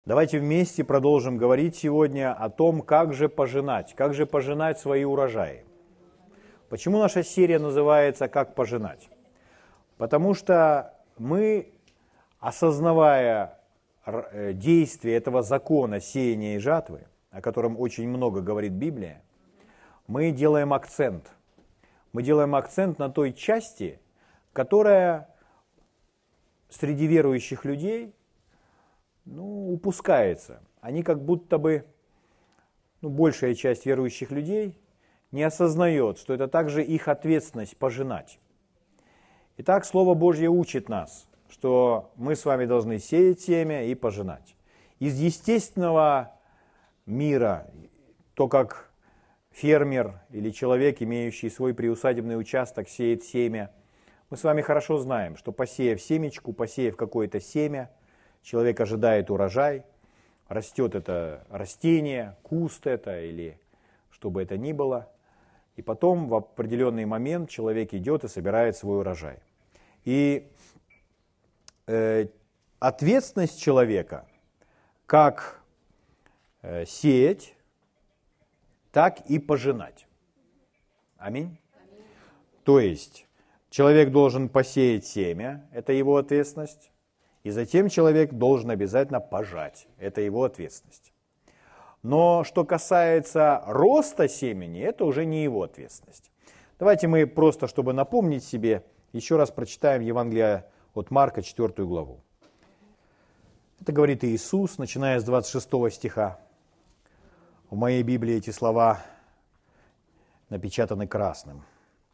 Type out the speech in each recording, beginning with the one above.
Давайте вместе продолжим говорить сегодня о том, как же пожинать свои урожаи. Почему наша серия называется «Как пожинать»? Потому что мы, осознавая действие этого закона сеяния и жатвы, о котором очень много говорит Библия, мы делаем акцент. Мы делаем акцент на той части, которая среди верующих людей упускается. Они как будто бы, большая часть верующих людей не осознает, что это также их ответственность пожинать. Итак, Слово Божье учит нас, что мы с вами должны сеять семя и пожинать. Из естественного мира, то, как фермер или человек, имеющий свой приусадебный участок, сеет семя, мы с вами хорошо знаем, что посеяв семечку, посеяв какое-то семя, человек ожидает урожай, растет это растение, куст это или что бы это ни было. И потом в определенный момент человек идет и собирает свой урожай. И ответственность человека как сеять, так и пожинать. Аминь. То есть человек должен посеять семя, это его ответственность. И затем человек должен обязательно пожать. Это его ответственность. Но что касается роста семени, это уже не его ответственность. Давайте мы просто, чтобы напомнить себе, еще раз прочитаем Евангелие от Марка, 4 главу. Это говорит Иисус, начиная с 26 стиха. В моей Библии эти слова напечатаны красным.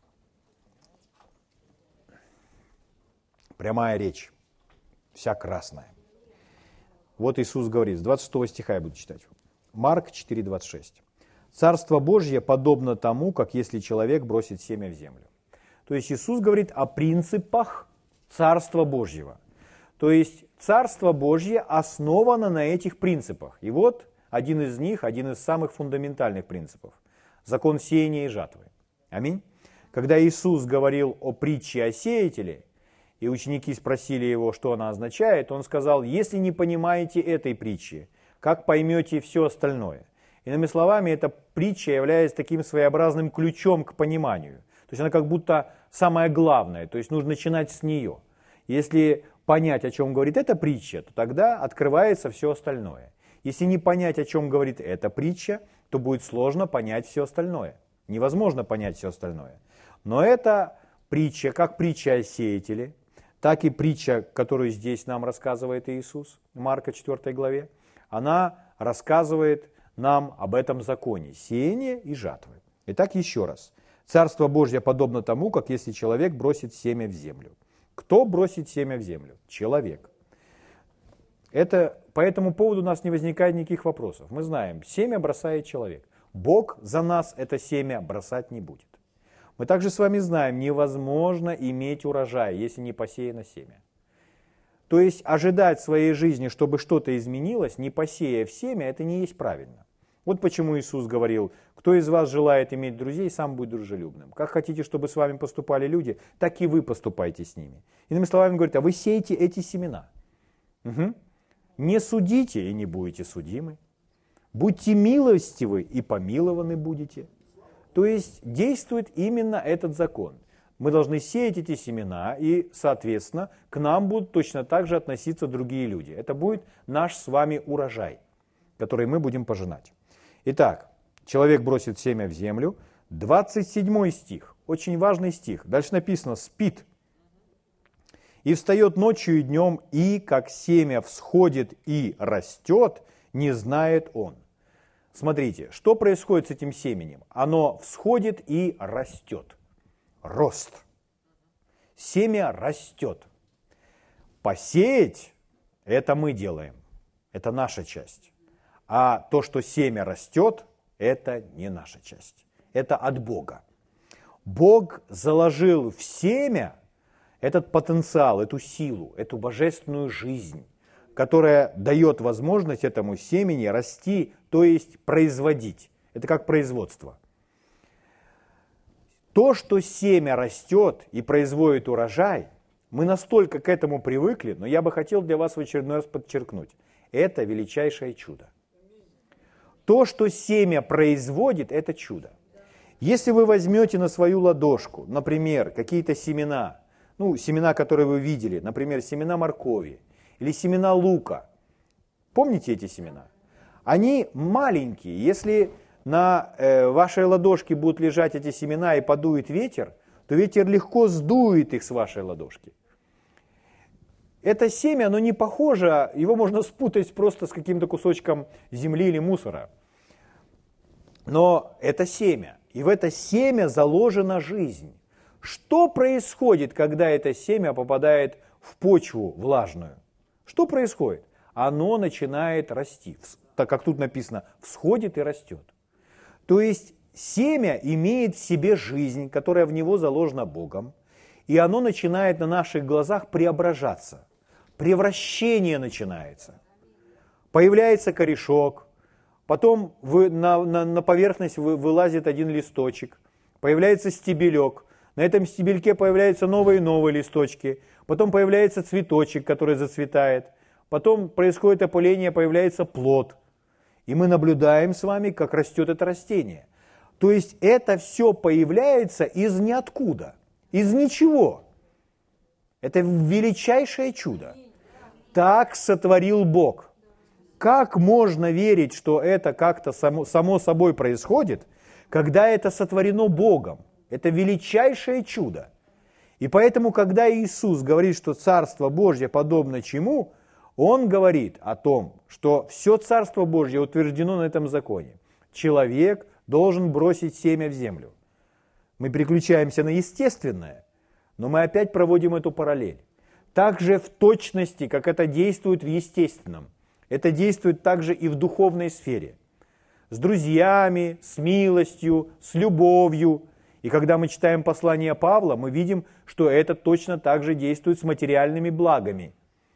Прямая речь. Вся красная. Вот Иисус говорит, с 26 стиха я буду читать. Марк 4:26. «Царство Божье подобно тому, как если человек бросит семя в землю». То есть Иисус говорит о принципах Царства Божьего. То есть Царство Божье основано на этих принципах. И вот один из них, один из самых фундаментальных принципов. Закон сеяния и жатвы. Аминь. Когда Иисус говорил о притче о сеятеле, и ученики спросили его, что она означает, он сказал, если не понимаете этой притчи, как поймете все остальное? Иными словами, эта притча является таким своеобразным ключом к пониманию. То есть она как будто самое главное, то есть нужно начинать с нее. Если понять, о чем говорит эта притча, то тогда открывается все остальное. Если не понять, о чем говорит эта притча, то будет сложно понять все остальное. Невозможно понять все остальное. Но эта притча, как притча о сеятеле, так и притча, которую здесь нам рассказывает Иисус, в Марка 4 главе, она рассказывает нам об этом законе сеяния и жатвы. Итак, еще раз. Царство Божье подобно тому, как если человек бросит семя в землю. Кто бросит семя в землю? Человек. По этому поводу у нас не возникает никаких вопросов. Мы знаем, семя бросает человек. Бог за нас это семя бросать не будет. Мы также с вами знаем, невозможно иметь урожай, если не посеяно семя. То есть ожидать в своей жизни, чтобы что-то изменилось, не посеяв семя, это не есть правильно. Вот почему Иисус говорил, кто из вас желает иметь друзей, сам будет дружелюбным. Как хотите, чтобы с вами поступали люди, так и вы поступайте с ними. Иными словами, он говорит, а вы сеете эти семена. Угу. Не судите, и не будете судимы. Будьте милостивы, и помилованы будете. То есть действует именно этот закон. Мы должны сеять эти семена, и, соответственно, к нам будут точно так же относиться другие люди. Это будет наш с вами урожай, который мы будем пожинать. Итак, человек бросит семя в землю. 27 стих, очень важный стих. Дальше написано «спит». «И встает ночью и днем, и, как семя всходит и растет, не знает он». Смотрите, что происходит с этим семенем? Оно всходит и растет. Рост. Семя растет. Посеять – это мы делаем. Это наша часть. А то, что семя растет, это не наша часть. Это от Бога. Бог заложил в семя этот потенциал, эту силу, эту божественную жизнь, которая дает возможность этому семени расти, то есть производить. Это как производство. То, что семя растет и производит урожай, мы настолько к этому привыкли, но я бы хотел для вас в очередной раз подчеркнуть. это величайшее чудо. То, что семя производит, это чудо. Если вы возьмете на свою ладошку, например, какие-то семена, семена, которые вы видели, например, семена моркови или семена лука, помните эти семена? Они маленькие. Если на вашей ладошке будут лежать эти семена и подует ветер, то ветер легко сдует их с вашей ладошки. Это семя, оно не похоже, его можно спутать просто с каким-то кусочком земли или мусора. Но это семя, и в это семя заложена жизнь. Что происходит, когда это семя попадает в почву влажную? Что происходит? Оно начинает расти, так как тут написано, всходит и растет. То есть семя имеет в себе жизнь, которая в него заложена Богом, и оно начинает на наших глазах преображаться. Превращение начинается. Появляется корешок, потом на поверхность вылазит один листочек, появляется стебелек, на этом стебельке появляются новые и новые листочки, потом появляется цветочек, который зацветает, потом происходит опыление, появляется плод. И мы наблюдаем с вами, как растет это растение. То есть это все появляется из ниоткуда, из ничего. Это величайшее чудо. Так сотворил Бог. Как можно верить, что это как-то само собой происходит, когда это сотворено Богом? Это величайшее чудо. И поэтому, когда Иисус говорит, что Царство Божье подобно чему, Он говорит о том, что все Царство Божье утверждено на этом законе. Человек должен бросить семя в землю. Мы переключаемся на естественное, но мы опять проводим эту параллель. Так же в точности, как это действует в естественном, это действует также и в духовной сфере. С друзьями, с милостью, с любовью. И когда мы читаем послание Павла, мы видим, что это точно так же действует с материальными благами.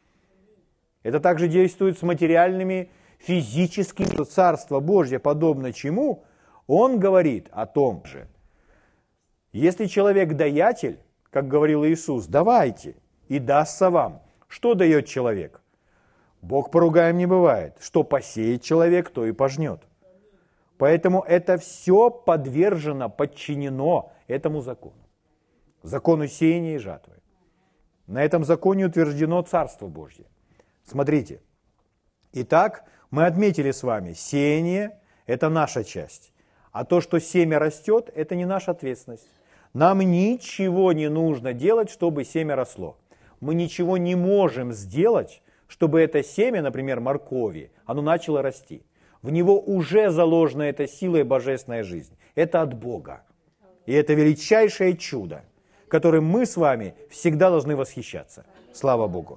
Это также действует с материальными, физическими. Царство Божье подобно чему? Он говорит о том же. Если человек даятель, как говорил Иисус, давайте, и дастся вам. Что дает человек? Бог поругаем не бывает. Что посеет человек, то и пожнет. Поэтому это все подвержено, подчинено этому закону. Закону сеяния и жатвы. На этом законе утверждено Царство Божье. Смотрите. Итак, мы отметили с вами, сеяние – это наша часть. А то, что семя растет, это не наша ответственность. Нам ничего не нужно делать, чтобы семя росло. Мы ничего не можем сделать, чтобы это семя, например, моркови, оно начало расти. В него уже заложена эта сила и божественная жизнь. Это от Бога. И это величайшее чудо, которым мы с вами всегда должны восхищаться. Слава Богу.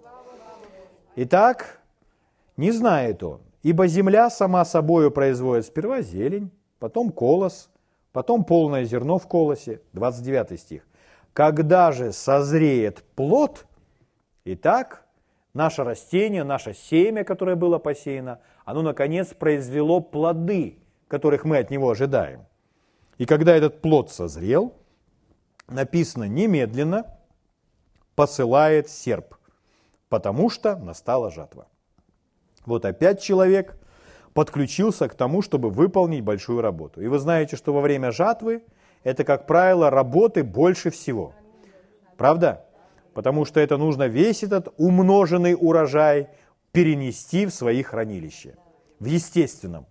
Итак, не знает он, ибо земля сама собою производит сперва зелень, потом колос, потом полное зерно в колосе. 29 стих. Когда же созреет плод, итак, наше растение, наше семя, которое было посеяно, оно, наконец, произвело плоды, которых мы от него ожидаем. И когда этот плод созрел, написано, немедленно посылает серп, потому что настала жатва. Вот опять человек подключился к тому, чтобы выполнить большую работу. И вы знаете, что во время жатвы это, как правило, работы больше всего. Правда? Потому что это нужно весь этот умноженный урожай перенести в свои хранилища. В естественном.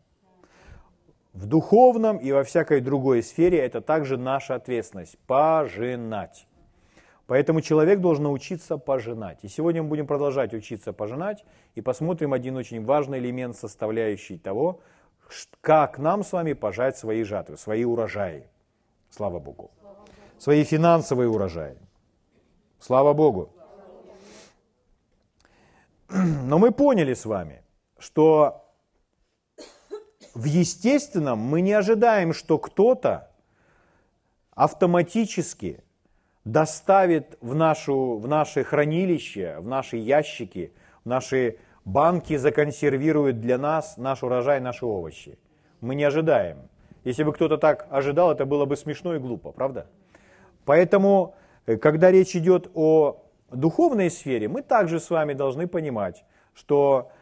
В духовном и во всякой другой сфере это также наша ответственность – пожинать. Поэтому человек должен научиться пожинать. И сегодня мы будем продолжать учиться пожинать и посмотрим один очень важный элемент, составляющий того, как нам с вами пожать свои жатвы, свои урожаи. Слава Богу. Свои финансовые урожаи. Слава Богу. Но мы поняли с вами, что в естественном мы не ожидаем, что кто-то автоматически доставит в наши хранилища, в наши ящики, в наши банки, законсервирует для нас наш урожай, наши овощи. Мы не ожидаем. Если бы кто-то так ожидал, это было бы смешно и глупо, правда? Поэтому, когда речь идет о духовной сфере, мы также с вами должны понимать, что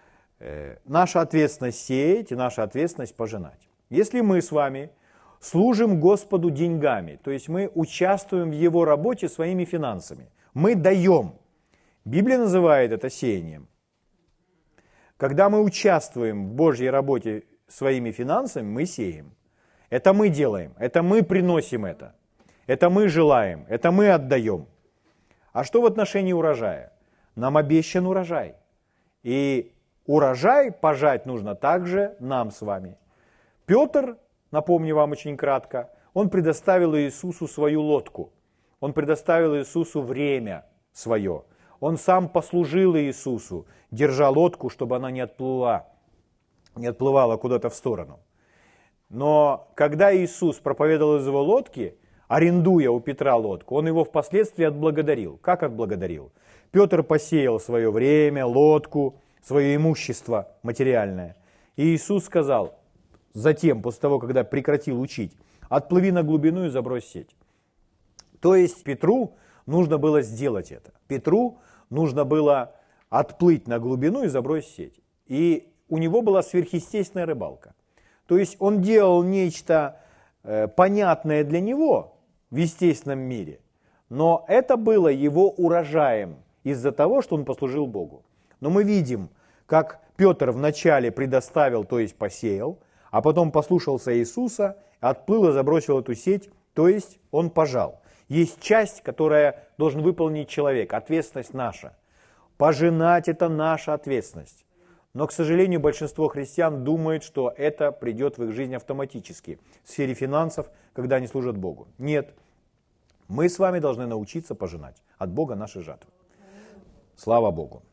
Наша ответственность сеять и наша ответственность пожинать. Если мы с вами служим Господу деньгами, то есть мы участвуем в Его работе своими финансами, мы даем. Библия называет это сеянием. Когда мы участвуем в Божьей работе своими финансами, мы сеем. Это мы делаем, это мы приносим это мы желаем, это мы отдаем. А что в отношении урожая? Нам обещан урожай. И урожай пожать нужно также нам с вами. Петр, напомню вам очень кратко, он предоставил Иисусу свою лодку. Он предоставил Иисусу время свое. Он сам послужил Иисусу, держа лодку, чтобы она не отплывала куда-то в сторону. Но когда Иисус проповедовал из его лодки, арендуя у Петра лодку, он его впоследствии отблагодарил. Как отблагодарил? Петр посеял свое время, лодку, свое имущество материальное. И Иисус сказал, затем, после того, когда прекратил учить, отплыви на глубину и забрось сеть. То есть Петру нужно было сделать это. Петру нужно было отплыть на глубину и забросить сеть. И у него была сверхъестественная рыбалка. То есть он делал нечто понятное для него в естественном мире, но это было его урожаем из-за того, что он послужил Богу. Но мы видим, как Петр вначале предоставил, то есть посеял, а потом послушался Иисуса, отплыл и забросил эту сеть, то есть он пожал. Есть часть, которую должен выполнить человек, ответственность наша. Пожинать – это наша ответственность. Но, к сожалению, большинство христиан думает, что это придет в их жизнь автоматически, в сфере финансов, когда они служат Богу. Нет, мы с вами должны научиться пожинать от Бога наши жатвы. Слава Богу.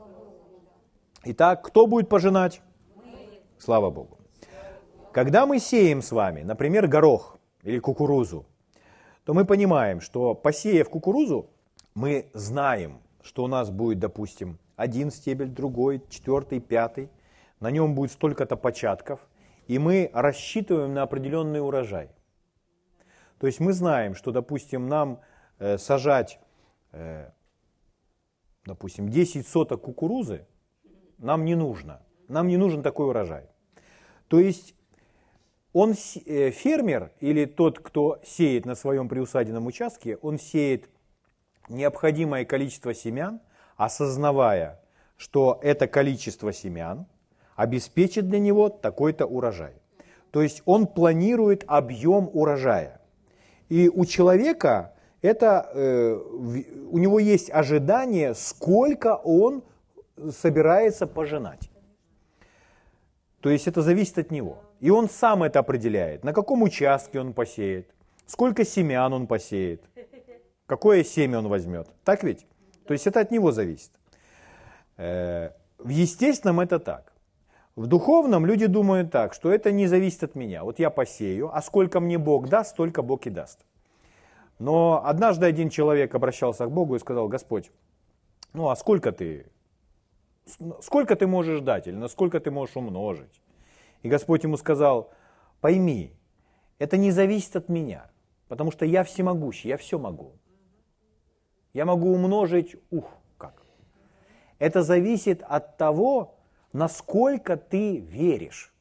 Итак, кто будет пожинать? Слава Богу. Когда мы сеем с вами, например, горох или кукурузу, то мы понимаем, что посеяв кукурузу, мы знаем, что у нас будет, допустим, один стебель, другой, четвертый, пятый, на нем будет столько-то початков, и мы рассчитываем на определенный урожай. То есть мы знаем, что, допустим, нам сажать, допустим, 10 соток кукурузы нам не нужно. Нам не нужен такой урожай. То есть он, фермер или тот, кто сеет на своем приусадебном участке, он сеет необходимое количество семян, осознавая, что это количество семян обеспечит для него такой-то урожай. То есть он планирует объем урожая. И у человека у него есть ожидание, сколько он собирается пожинать. То есть это зависит от него. И он сам это определяет, на каком участке он посеет, сколько семян он посеет, какое семя он возьмет. Так ведь? То есть это от него зависит. В естественном это так. В духовном люди думают так, что это не зависит от меня. Вот я посею, а сколько мне Бог даст, столько Бог и даст. Но однажды один человек обращался к Богу и сказал: Господь, ну а сколько ты можешь дать или насколько ты можешь умножить? И Господь ему сказал: пойми, это не зависит от меня, потому что я всемогущий, я все могу. Я могу умножить, как. Это зависит от того, насколько ты веришь.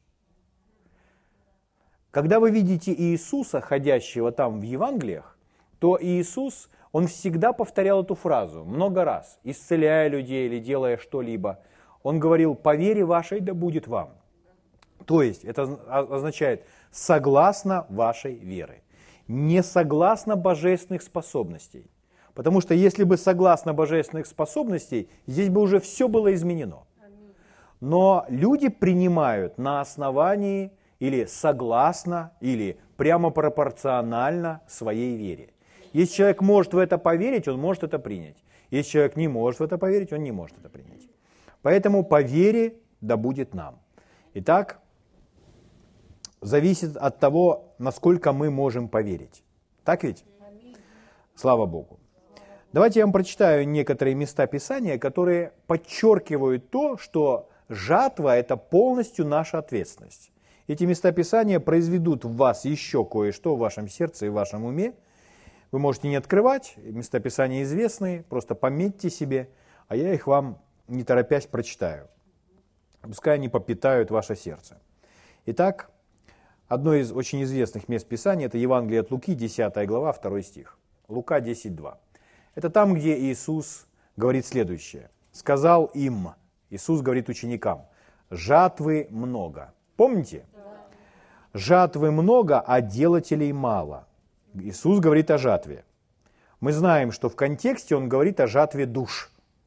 Когда вы видите Иисуса, ходящего там в Евангелиях, то Иисус, Он всегда повторял эту фразу много раз, исцеляя людей или делая что-либо. Он говорил: по вере вашей да будет вам. То есть это означает согласно вашей веры, не согласно божественных способностей. Потому что если бы согласно божественных способностей, здесь бы уже все было изменено. Но люди принимают на основании или согласно, или прямо пропорционально своей вере. Если человек может в это поверить, он может это принять. Если человек не может в это поверить, он не может это принять. Поэтому по вере да будет нам. Итак, зависит от того, насколько мы можем поверить. Так ведь? Слава Богу. Давайте я вам прочитаю некоторые места Писания, которые подчеркивают то, что жатва – это полностью наша ответственность. Эти места Писания произведут в вас еще кое-что в вашем сердце и в вашем уме. Вы можете не открывать, места Писания известные, просто пометьте себе, а я их вам не торопясь прочитаю. пускай они попитают ваше сердце. Итак, одно из очень известных мест Писания – это Евангелие от Луки, 10 глава, 2 стих. Лука 10:2. Это там, где Иисус говорит следующее. «Сказал им», Иисус говорит ученикам, «жатвы много». Помните? «Жатвы много, а делателей мало». Иисус говорит о жатве. Мы знаем, что в контексте Он говорит о жатве душ.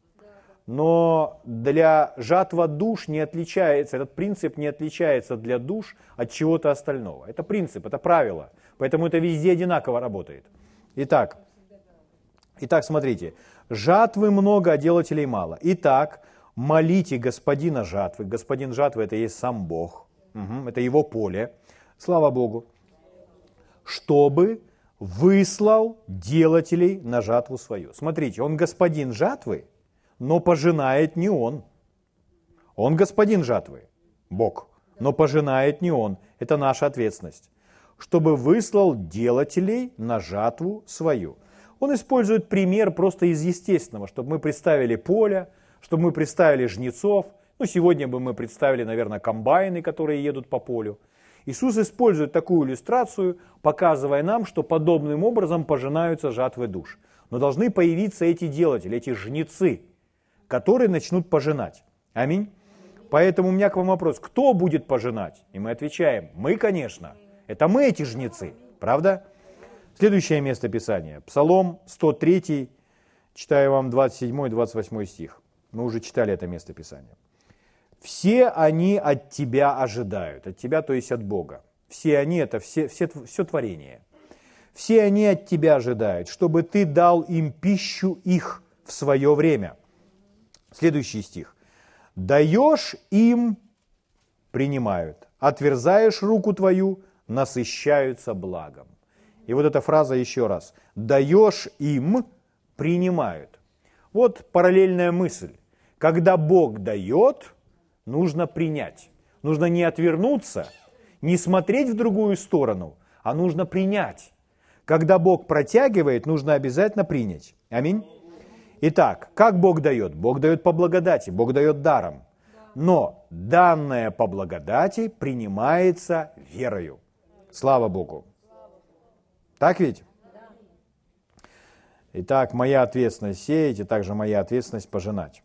Но для жатва душ не отличается, этот принцип не отличается для душ от чего-то остального. Это принцип, это правило, поэтому это везде одинаково работает. Итак, смотрите, жатвы много, а делателей мало. Итак, молите господина жатвы. Господин жатвы – это и есть сам Бог, это его поле, слава Богу, чтобы выслал делателей на жатву свою. Смотрите, он господин жатвы, но пожинает не он. Он господин жатвы, Бог, но пожинает не он. Это наша ответственность. Чтобы выслал делателей на жатву свою. Он использует пример просто из естественного, чтобы мы представили поле, чтобы мы представили жнецов. Сегодня бы мы представили, наверное, комбайны, которые едут по полю. Иисус использует такую иллюстрацию, показывая нам, что подобным образом пожинаются жатвы душ. Но должны появиться эти делатели, эти жнецы, которые начнут пожинать. Аминь. Поэтому у меня к вам вопрос, кто будет пожинать? И мы отвечаем, мы, конечно. Это мы эти жнецы, правда? Следующее место Писания. Псалом 103, читаю вам 27-28 стих. Мы уже читали это место Писания. «Все они от тебя ожидают». От тебя, то есть от Бога. Все они, это все творение. «Все они от тебя ожидают, чтобы ты дал им пищу их в свое время». Следующий стих. «Даешь им, принимают, отверзаешь руку твою, насыщаются благом». И вот эта фраза еще раз. «Даешь им, принимают». Вот параллельная мысль. Когда Бог дает, нужно принять. Нужно не отвернуться, не смотреть в другую сторону, а нужно принять. Когда Бог протягивает, нужно обязательно принять. Аминь. Итак, как Бог дает? Бог дает по благодати, Бог дает даром. Но данное по благодати принимается верою. Слава Богу. Так ведь? Итак, моя ответственность сеять, и также моя ответственность пожинать.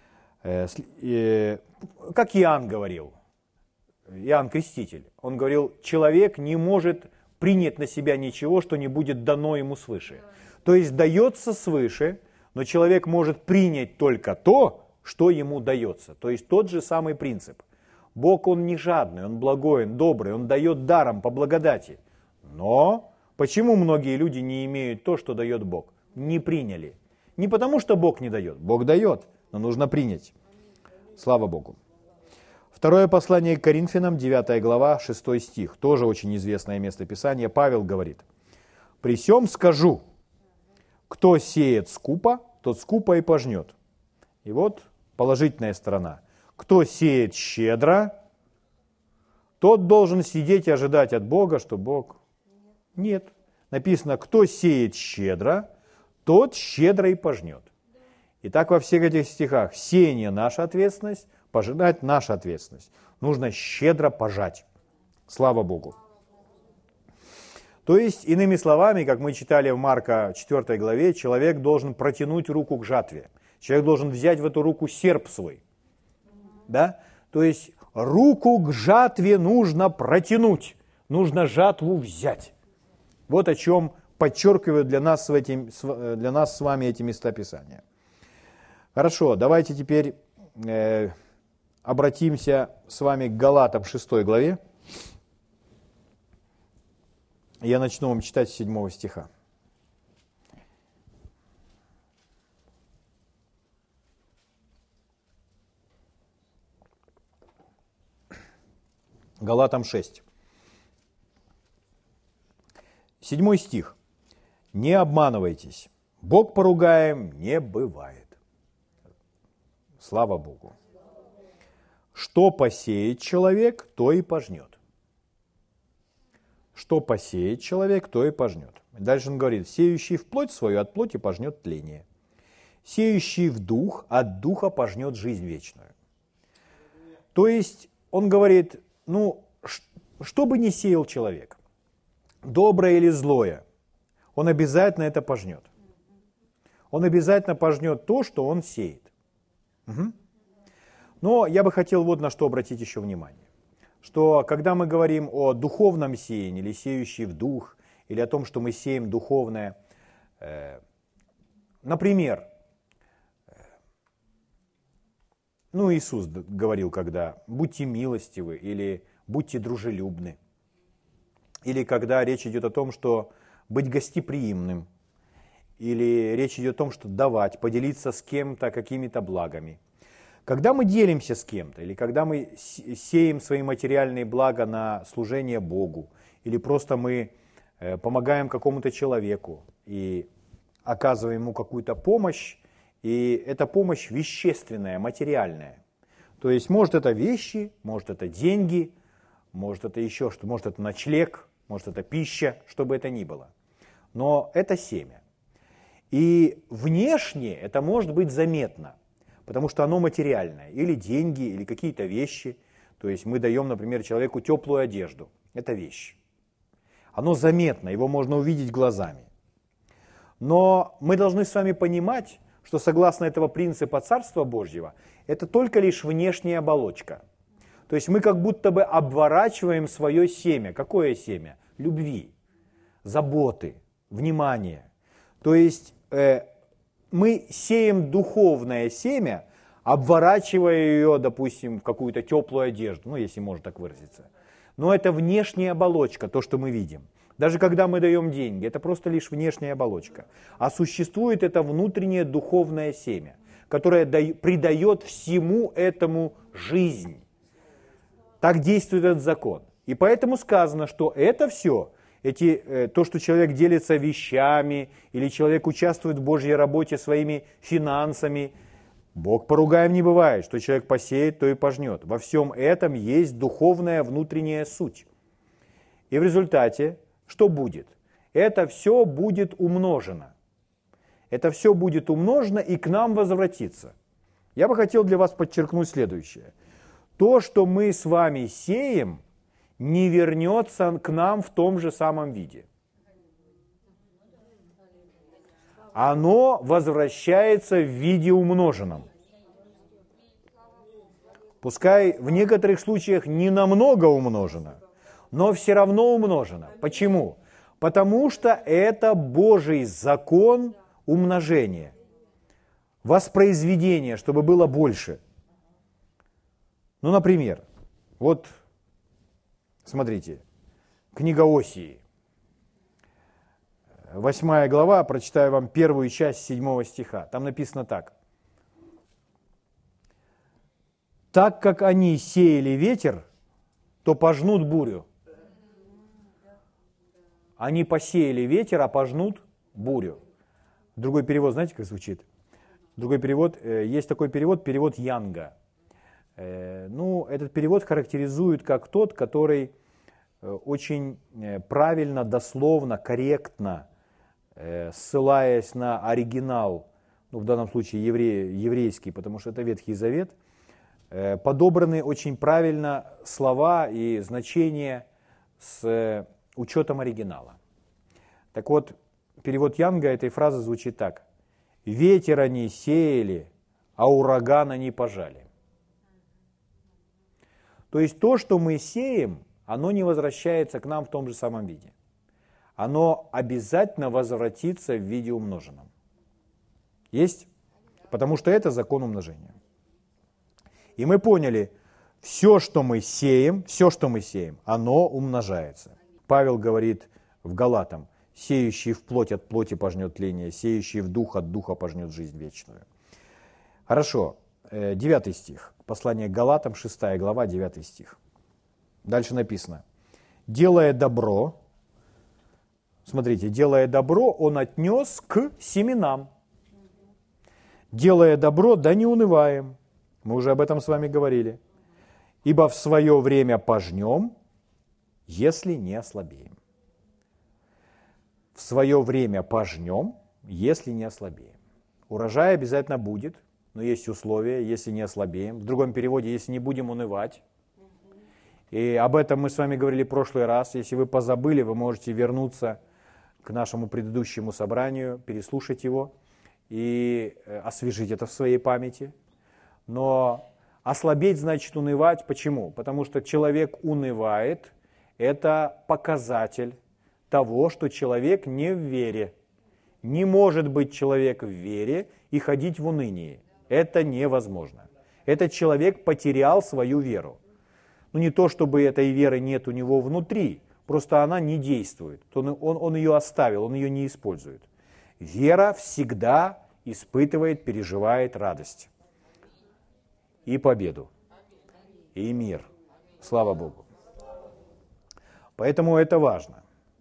Как Иоанн говорил, Иоанн Креститель, он говорил, человек не может принять на себя ничего, что не будет дано ему свыше. То есть дается свыше, но человек может принять только то, что ему дается. То есть тот же самый принцип. Бог, он не жадный, он благой, он добрый, он дает даром по благодати. Но почему многие люди не имеют то, что дает Бог? Не приняли. Не потому, что Бог не дает. Бог дает, но нужно принять. Слава Богу. Второе послание к Коринфянам, 9 глава, 6 стих. Тоже очень известное место Писания. Павел говорит. «При сем скажу, кто сеет скупо, тот скупо и пожнет». И вот положительная сторона. Кто сеет щедро, тот должен сидеть и ожидать от Бога, что Бог... Нет. Написано, кто сеет щедро, тот щедро и пожнет. Итак, во всех этих стихах сеяние – наша ответственность, пожинать – наша ответственность. Нужно щедро пожать. Слава Богу. То есть, иными словами, как мы читали в Марка 4 главе, человек должен протянуть руку к жатве. Человек должен взять в эту руку серп свой. Да? То есть, руку к жатве нужно протянуть, нужно жатву взять. Вот о чем подчеркивают для нас с вами эти места Писания. Хорошо, давайте теперь обратимся с вами к Галатам 6 главе. Я начну вам читать с 7 стиха. Галатам 6. 7 стих. «Не обманывайтесь, Бог поругаем не бывает». Слава Богу. Что посеет человек, то и пожнет. Что посеет человек, то и пожнет. Дальше он говорит, сеющий в плоть свою, от плоти пожнет тление. Сеющий в дух, от духа пожнет жизнь вечную. То есть он говорит, что бы ни сеял человек, доброе или злое, он обязательно это пожнет. Он обязательно пожнет то, что он сеет. Угу. Но я бы хотел вот на что обратить еще внимание. Что когда мы говорим о духовном сеянии, или сеющий в дух, или о том, что мы сеем духовное, например, Иисус говорил, когда «будьте милостивы» или «будьте дружелюбны», или когда речь идет о том, что быть гостеприимным, или речь идет о том, что давать, поделиться с кем-то какими-то благами. Когда мы делимся с кем-то, или когда мы сеем свои материальные блага на служение Богу, или просто мы помогаем какому-то человеку и оказываем ему какую-то помощь, и эта помощь вещественная, материальная. То есть, может, это вещи, может, это деньги, может, это еще что, может, это ночлег, может, это пища, что бы это ни было. Но это семя. И внешне это может быть заметно, потому что оно материальное. Или деньги, или какие-то вещи. То есть мы даем, например, человеку теплую одежду. Это вещь. Оно заметно, его можно увидеть глазами. Но мы должны с вами понимать, что согласно этого принципа Царства Божьего, это только лишь внешняя оболочка. То есть мы как будто бы обворачиваем свое семя. Какое семя? Любви, заботы, внимания. То есть мы сеем духовное семя, обворачивая ее, допустим, в какую-то теплую одежду, если можно так выразиться. Но это внешняя оболочка, то, что мы видим. Даже когда мы даем деньги, это просто лишь внешняя оболочка. А существует это внутреннее духовное семя, которое придает всему этому жизнь. Так действует этот закон. И поэтому сказано, что это все, то, что человек делится вещами, или человек участвует в Божьей работе своими финансами, Бог поругаем не бывает, что человек посеет, то и пожнет. Во всем этом есть духовная внутренняя суть. И в результате что будет? Это все будет умножено. Это все будет умножено и к нам возвратится. Я бы хотел для вас подчеркнуть следующее. То, что мы с вами сеем, не вернется к нам в том же самом виде. Оно возвращается в виде умноженном. Пускай в некоторых случаях не намного умножено, но все равно умножено. Почему? Потому что это Божий закон умножения, воспроизведения, чтобы было больше. Например, вот смотрите, книга Осии, 8 глава, прочитаю вам первую часть 7 стиха. Там написано так. «Так как они сеяли ветер, то пожнут бурю». Они посеяли ветер, а пожнут бурю. Другой перевод, знаете, как звучит? Другой перевод, есть такой перевод, перевод Янга. Этот перевод характеризует как тот, который очень правильно, дословно, корректно, ссылаясь на оригинал, в данном случае еврейский, потому что это Ветхий Завет, подобраны очень правильно слова и значения с учетом оригинала. Так вот, перевод Янга этой фразы звучит так. «Ветер они сеяли, а ураган они пожали». То есть то, что мы сеем, оно не возвращается к нам в том же самом виде. Оно обязательно возвратится в виде умноженном. Есть? Потому что это закон умножения. И мы поняли, все, что мы сеем, оно умножается. Павел говорит в Галатам, сеющий в плоть от плоти пожнет тление, сеющий в дух от духа пожнет жизнь вечную. Хорошо, 9 стих, послание к Галатам, 6 глава, 9 стих. Дальше написано, делая добро, смотрите, делая добро, он отнес к семенам. Делая добро, да не унываем. Мы уже об этом с вами говорили. Ибо в свое время пожнем, если не ослабеем. В свое время пожнем, если не ослабеем. Урожай обязательно будет, но есть условия, если не ослабеем. В другом переводе, если не будем унывать. И об этом мы с вами говорили в прошлый раз. Если вы позабыли, вы можете вернуться к нашему предыдущему собранию, переслушать его и освежить это в своей памяти. Но ослабеть значит унывать. Почему? Потому что человек унывает. Это показатель того, что человек не в вере. Не может быть человек в вере и ходить в унынии. Это невозможно. Этот человек потерял свою веру. Ну не то, чтобы этой веры нет у него внутри, просто она не действует. Он ее оставил, он ее не использует. Вера всегда испытывает, переживает радость. И победу. И мир. Слава Богу. Поэтому это важно.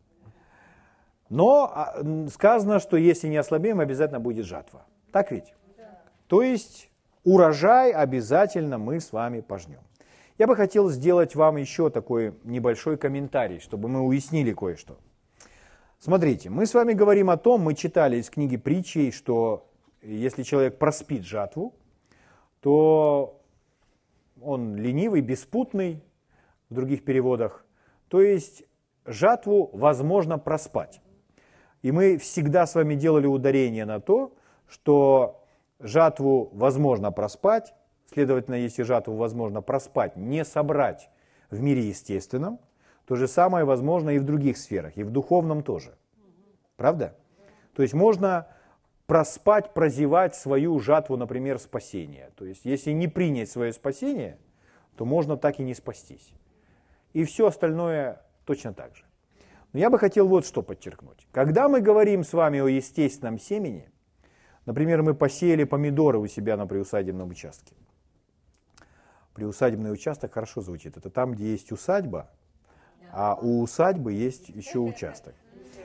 Но сказано, что если не ослабеем, обязательно будет жатва. Так ведь? То есть урожай обязательно мы с вами пожнем. Я бы хотел сделать вам еще такой небольшой комментарий, чтобы мы уяснили кое-что. Смотрите, мы с вами говорим о том, мы читали из книги Притчей, что если человек проспит жатву, то он ленивый, беспутный, в других переводах. То есть жатву возможно проспать. И мы всегда с вами делали ударение на то, что жатву возможно проспать, следовательно, если жатву возможно проспать, не собрать в мире естественном, то же самое возможно и в других сферах, и в духовном тоже. Правда? То есть можно проспать, прозевать свою жатву, например, спасения. То есть если не принять свое спасение, то можно так и не спастись. И все остальное точно так же. Но я бы хотел вот что подчеркнуть. Когда мы говорим с вами о естественном семени, например, мы посеяли помидоры у себя на приусадебном участке. Приусадебный участок хорошо звучит. Это там, где есть усадьба, а у усадьбы есть еще участок.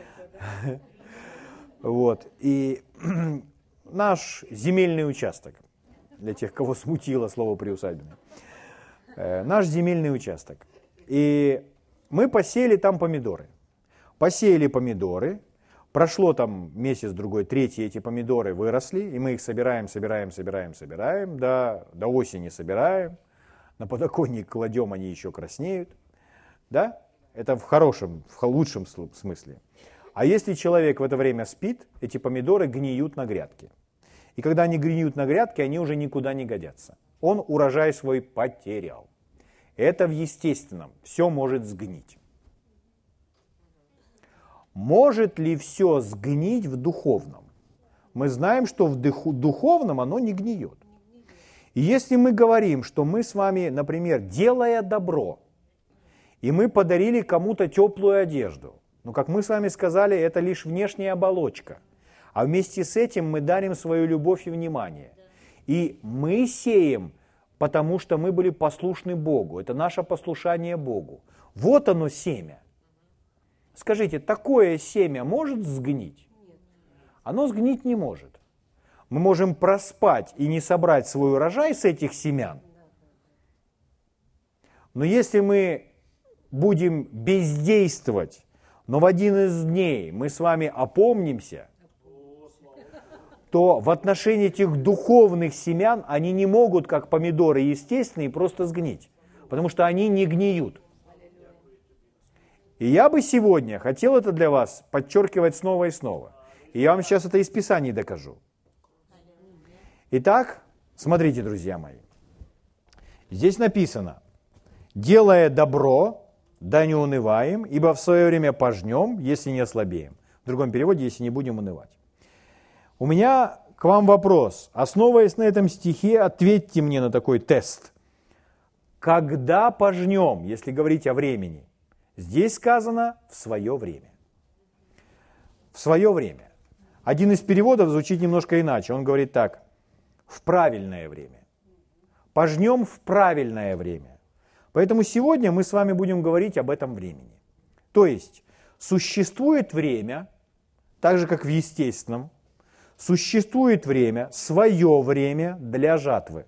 Вот. И наш земельный участок, для тех, кого смутило слово приусадебный, наш земельный участок. И мы посеяли там помидоры. Посеяли помидоры, прошло там месяц, другой, третий, эти помидоры выросли, и мы их собираем, до осени собираем, на подоконник кладем, они еще краснеют. Да? Это в лучшем смысле. А если человек в это время спит, эти помидоры гниют на грядке. И когда они гниют на грядке, они уже никуда не годятся. Он урожай свой потерял. Это в естественном. Все может сгнить. Может ли все сгнить в духовном? Мы знаем, что в духовном оно не гниет. И если мы говорим, что мы с вами, например, делая добро, и мы подарили кому-то теплую одежду, но, как мы с вами сказали, это лишь внешняя оболочка, а вместе с этим мы дарим свою любовь и внимание. И мы сеем, потому что мы были послушны Богу, это наше послушание Богу. Вот оно семя. Скажите, такое семя может сгнить? Оно сгнить не может. Мы можем проспать и не собрать свой урожай с этих семян. Но если мы будем бездействовать, но в один из дней мы с вами опомнимся, то в отношении этих духовных семян они не могут, как помидоры естественные, просто сгнить, потому что они не гниют. И я бы сегодня хотел это для вас подчеркивать снова и снова. И я вам сейчас это из Писаний докажу. Итак, смотрите, друзья мои. Здесь написано: «Делая добро, да не унываем, ибо в свое время пожнем, если не ослабеем». В другом переводе, если не будем унывать. У меня к вам вопрос. Основываясь на этом стихе, ответьте мне на такой тест. Когда пожнем, если говорить о времени? Здесь сказано «в свое время». В свое время. Один из переводов звучит немножко иначе. Он говорит так: в правильное время. Пожнем в правильное время. Поэтому сегодня мы с вами будем говорить об этом времени. То есть существует время, так же как в естественном, существует время, свое время для жатвы.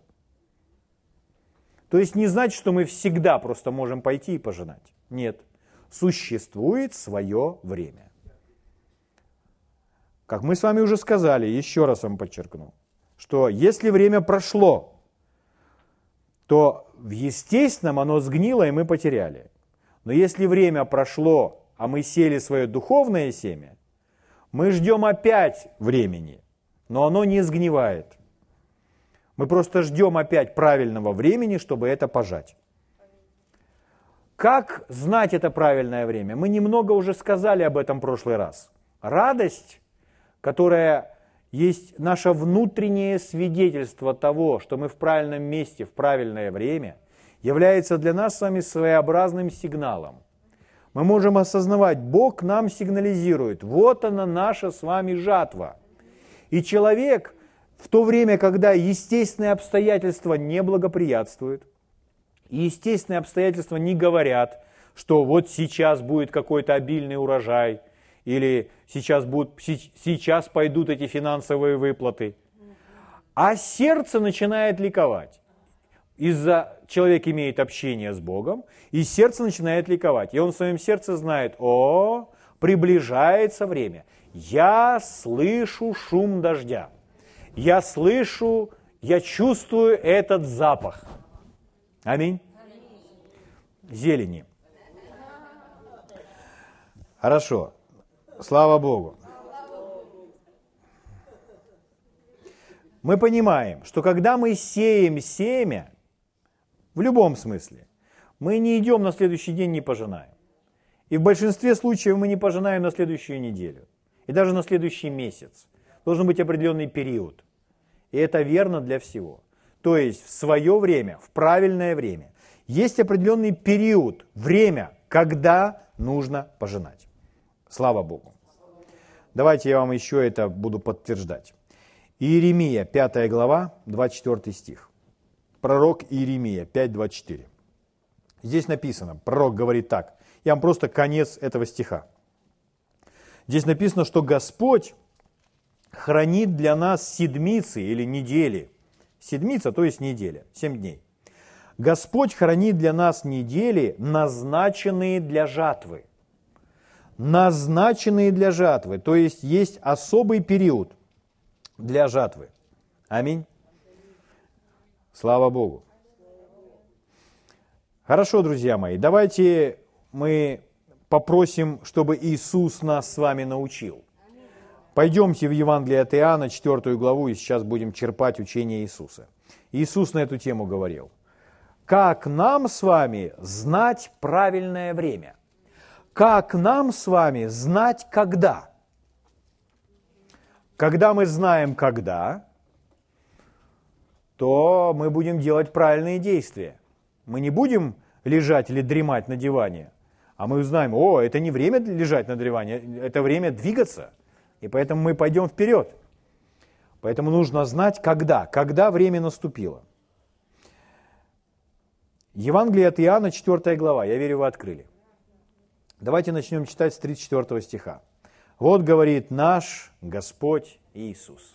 То есть не значит, что мы всегда просто можем пойти и пожинать. Нет. Существует свое время. Как мы с вами уже сказали, еще раз вам подчеркну, что если время прошло, то в естественном оно сгнило, и мы потеряли. Но если время прошло, а мы сели свое духовное семя, мы ждем опять времени, но оно не сгнивает. Мы просто ждем опять правильного времени, чтобы это пожать. Как знать это правильное время? Мы немного уже сказали об этом в прошлый раз. Радость, которая есть наше внутреннее свидетельство того, что мы в правильном месте, в правильное время, является для нас с вами своеобразным сигналом. Мы можем осознавать, Бог нам сигнализирует, вот она наша с вами жатва. И человек в то время, когда естественные обстоятельства не благоприятствуют, и естественные обстоятельства не говорят, что вот сейчас будет какой-то обильный урожай, или сейчас пойдут эти финансовые выплаты. А сердце начинает ликовать. Человек имеет общение с Богом, и сердце начинает ликовать. И он в своем сердце знает, приближается время. Я слышу шум дождя. Я чувствую этот запах. Аминь. Зелени. Хорошо. Слава Богу. Мы понимаем, что когда мы сеем семя, в любом смысле, мы не идем на следующий день, не пожинаем. И в большинстве случаев мы не пожинаем на следующую неделю. И даже на следующий месяц. Должен быть определенный период. И это верно для всего. То есть в свое время, в правильное время. Есть определенный период, время, когда нужно пожинать. Слава Богу. Давайте я вам еще это буду подтверждать. Иеремия, 5 глава, 24 стих. Пророк Иеремия, 5:24. Здесь написано, пророк говорит так. Я вам просто конец этого стиха. Здесь написано, что Господь хранит для нас седмицы или недели. Седмица, то есть неделя, 7 дней. Господь хранит для нас недели, назначенные для жатвы. Назначенные для жатвы, то есть особый период для жатвы. Аминь. Слава Богу. Хорошо, друзья мои, давайте мы попросим, чтобы Иисус нас с вами научил. Пойдемте в Евангелие от Иоанна, 4 главу, и сейчас будем черпать учение Иисуса. Иисус на эту тему говорил. Как нам с вами знать правильное время? Как нам с вами знать когда? Когда мы знаем когда, то мы будем делать правильные действия. Мы не будем лежать или дремать на диване, а мы узнаем, это не время лежать на диване, это время двигаться. И поэтому мы пойдем вперед. Поэтому нужно знать, когда время наступило. Евангелие от Иоанна, 4 глава. Я верю, вы открыли. Давайте начнем читать с 34 стиха. Вот говорит наш Господь Иисус.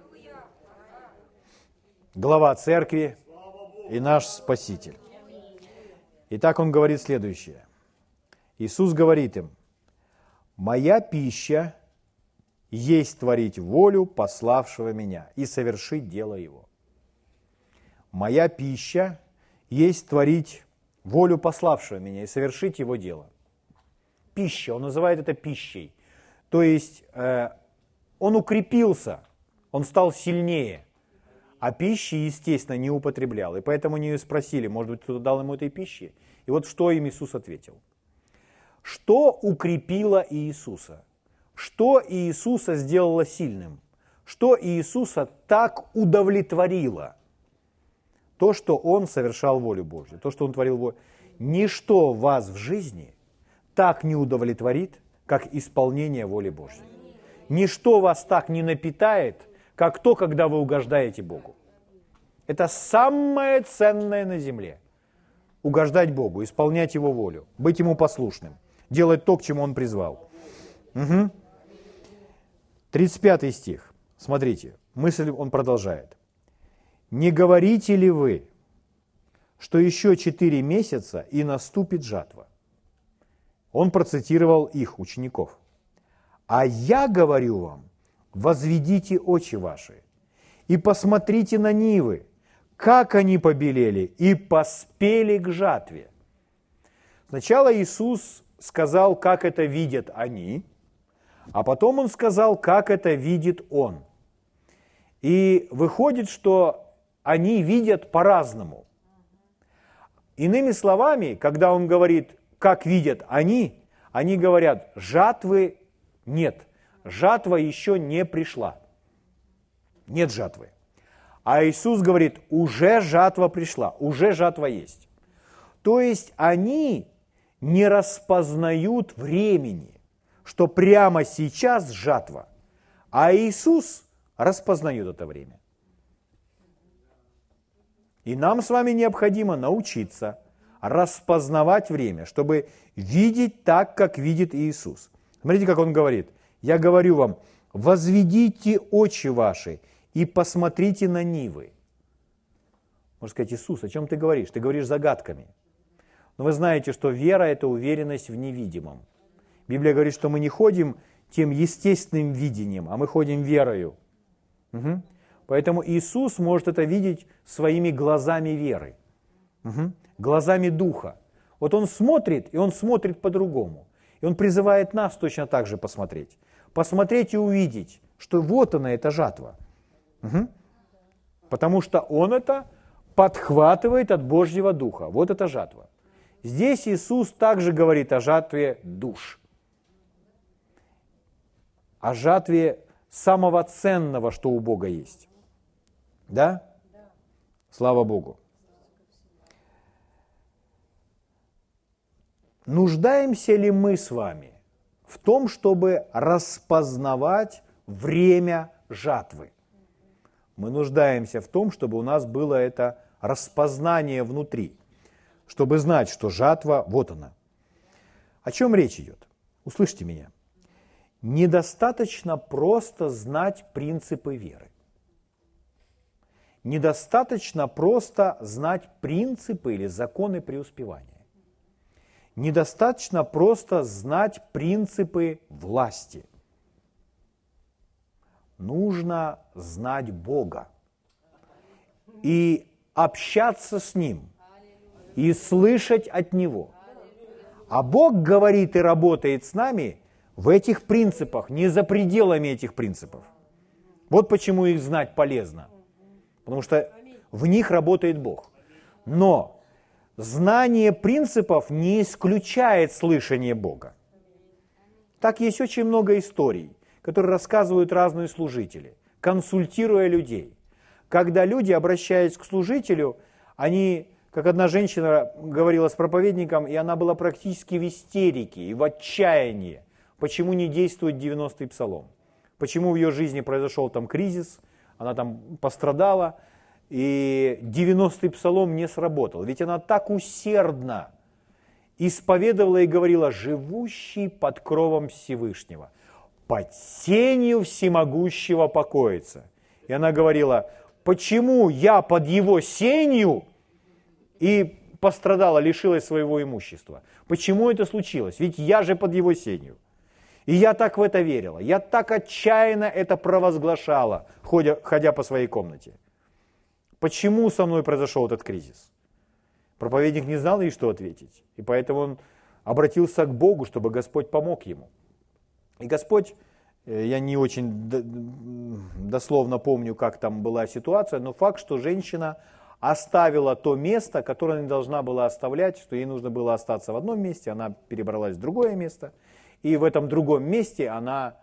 Глава церкви и наш Спаситель. Итак, он говорит следующее. Иисус говорит им, «Моя пища есть творить волю пославшего меня и совершить дело его». Моя пища есть творить волю пославшего меня и совершить его дело. Пища, он называет это пищей. То есть он укрепился, он стал сильнее, а пищи, естественно, не употреблял. И поэтому они спросили, может быть, кто-то дал ему этой пищи? И вот что им Иисус ответил. Что укрепило Иисуса? Что Иисуса сделало сильным? Что Иисуса так удовлетворило? То, что Он совершал волю Божью, то, что Он творил волю. Ничто вас в жизни так не удовлетворит, как исполнение воли Божьей. Ничто вас так не напитает, как то, когда вы угождаете Богу. Это самое ценное на земле. Угождать Богу, исполнять Его волю, быть Ему послушным, делать то, к чему Он призвал. 35 стих. Смотрите, мысль он продолжает. «Не говорите ли вы, что еще 4 месяца и наступит жатва?» Он процитировал их, учеников. «А я говорю вам, возведите очи ваши, и посмотрите на нивы, как они побелели и поспели к жатве». Сначала Иисус сказал, как это видят они, а потом Он сказал, как это видит Он. И выходит, что они видят по-разному. Иными словами, когда Он говорит, как видят они говорят, жатвы нет, жатва еще не пришла. Нет жатвы. А Иисус говорит, уже жатва пришла, уже жатва есть. То есть они не распознают времени, что прямо сейчас жатва, а Иисус распознает это время. И нам с вами необходимо научиться распознавать время, чтобы видеть так, как видит Иисус. Смотрите, как Он говорит. «Я говорю вам, возведите очи ваши и посмотрите на нивы». Можно сказать, Иисус, о чем ты говоришь? Ты говоришь загадками. Но вы знаете, что вера – это уверенность в невидимом. Библия говорит, что мы не ходим тем естественным видением, а мы ходим верою. Угу. Поэтому Иисус может это видеть своими глазами веры, глазами Духа. Вот Он смотрит, и Он смотрит по-другому. И Он призывает нас точно так же посмотреть. Посмотреть и увидеть, что вот она, эта жатва. Потому что Он это подхватывает от Божьего Духа. Вот эта жатва. Здесь Иисус также говорит о жатве душ. О жатве самого ценного, что у Бога есть. Да? Слава Богу. Нуждаемся ли мы с вами в том, чтобы распознавать время жатвы? Мы нуждаемся в том, чтобы у нас было это распознание внутри, чтобы знать, что жатва, вот она. О чем речь идет? Услышьте меня. Недостаточно просто знать принципы веры. Недостаточно просто знать принципы или законы преуспевания. Недостаточно просто знать принципы власти. Нужно знать Бога и общаться с Ним, и слышать от Него. А Бог говорит и работает с нами в этих принципах, не за пределами этих принципов. Вот почему их знать полезно. Потому что в них работает Бог. Но знание принципов не исключает слышание Бога. Так есть очень много историй, которые рассказывают разные служители, консультируя людей. Когда люди, обращаясь к служителю, они, как одна женщина говорила с проповедником, и она была практически в истерике и в отчаянии, почему не действует 90-й псалом, почему в ее жизни произошел там кризис, она там пострадала, и 90-й псалом не сработал. Ведь она так усердно исповедовала и говорила: «Живущий под кровом Всевышнего, под сенью всемогущего покоится». И она говорила: «Почему я под его сенью и пострадала, лишилась своего имущества? Почему это случилось? Ведь я же под его сенью». И я так в это верила, я так отчаянно это провозглашала, ходя по своей комнате. Почему со мной произошел этот кризис? Проповедник не знал ей, что ответить, и поэтому он обратился к Богу, чтобы Господь помог ему. И Господь, я не очень дословно помню, как там была ситуация, но факт, что женщина оставила то место, которое не должна была оставлять, что ей нужно было остаться в одном месте, она перебралась в другое место, и в этом другом месте она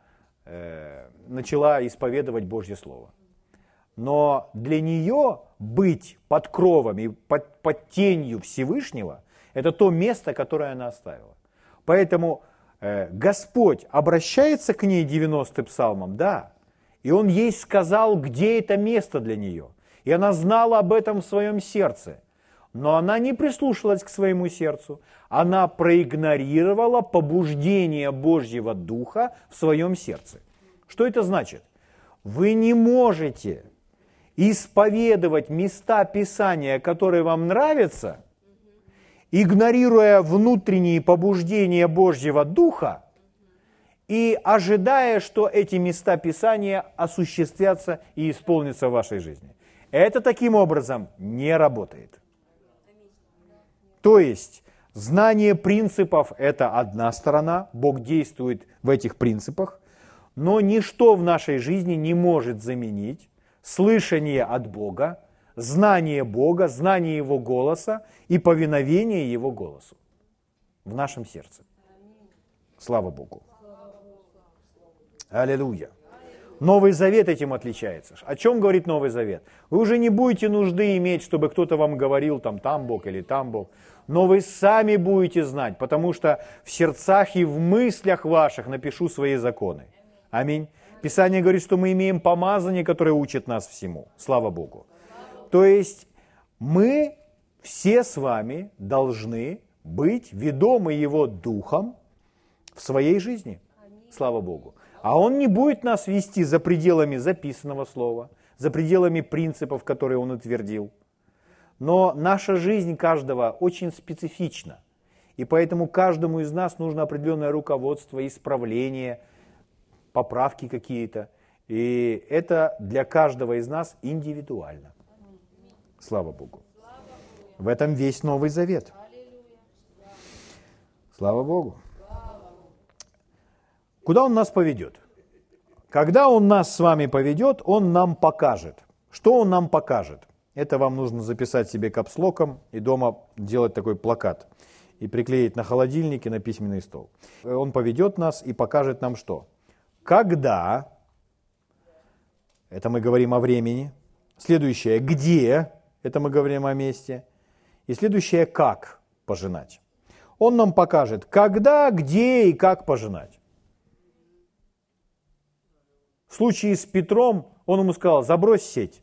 начала исповедовать Божье Слово. Но для нее быть под кровом и под тенью Всевышнего – это то место, которое она оставила. Поэтому Господь обращается к ней 90-м псалмом, да, и Он ей сказал, где это место для нее. И она знала об этом в своем сердце. Но она не прислушалась к своему сердцу. Она проигнорировала побуждение Божьего Духа в своем сердце. Что это значит? Вы не можете исповедовать места Писания, которые вам нравятся, игнорируя внутренние побуждения Божьего Духа, и ожидая, что эти места Писания осуществятся и исполнятся в вашей жизни. Это таким образом не работает. То есть, знание принципов – это одна сторона, Бог действует в этих принципах, но ничто в нашей жизни не может заменить слышание от Бога, знание Бога, знание Его голоса и повиновение Его голосу в нашем сердце. Слава Богу. Аллилуйя. Новый Завет этим отличается. О чем говорит Новый Завет? Вы уже не будете нужды иметь, чтобы кто-то вам говорил, там Бог или там Бог. Но вы сами будете знать, потому что в сердцах и в мыслях ваших напишу свои законы. Аминь. Писание говорит, что мы имеем помазание, которое учит нас всему. Слава Богу. То есть мы все с вами должны быть ведомы Его Духом в своей жизни. Слава Богу. А Он не будет нас вести за пределами записанного слова, за пределами принципов, которые Он утвердил. Но наша жизнь каждого очень специфична. И поэтому каждому из нас нужно определенное руководство, исправление, поправки какие-то. И это для каждого из нас индивидуально. Слава Богу. В этом весь Новый Завет. Слава Богу. Куда Он нас поведет? Когда Он нас с вами поведет, Он нам покажет. Что Он нам покажет? Это вам нужно записать себе капслоком и дома делать такой плакат и приклеить на холодильник и на письменный стол. Он поведет нас и покажет нам что? Когда, это мы говорим о времени. Следующее, где, это мы говорим о месте. И следующее, как пожинать. Он нам покажет, когда, где и как пожинать. В случае с Петром он ему сказал, забрось сеть.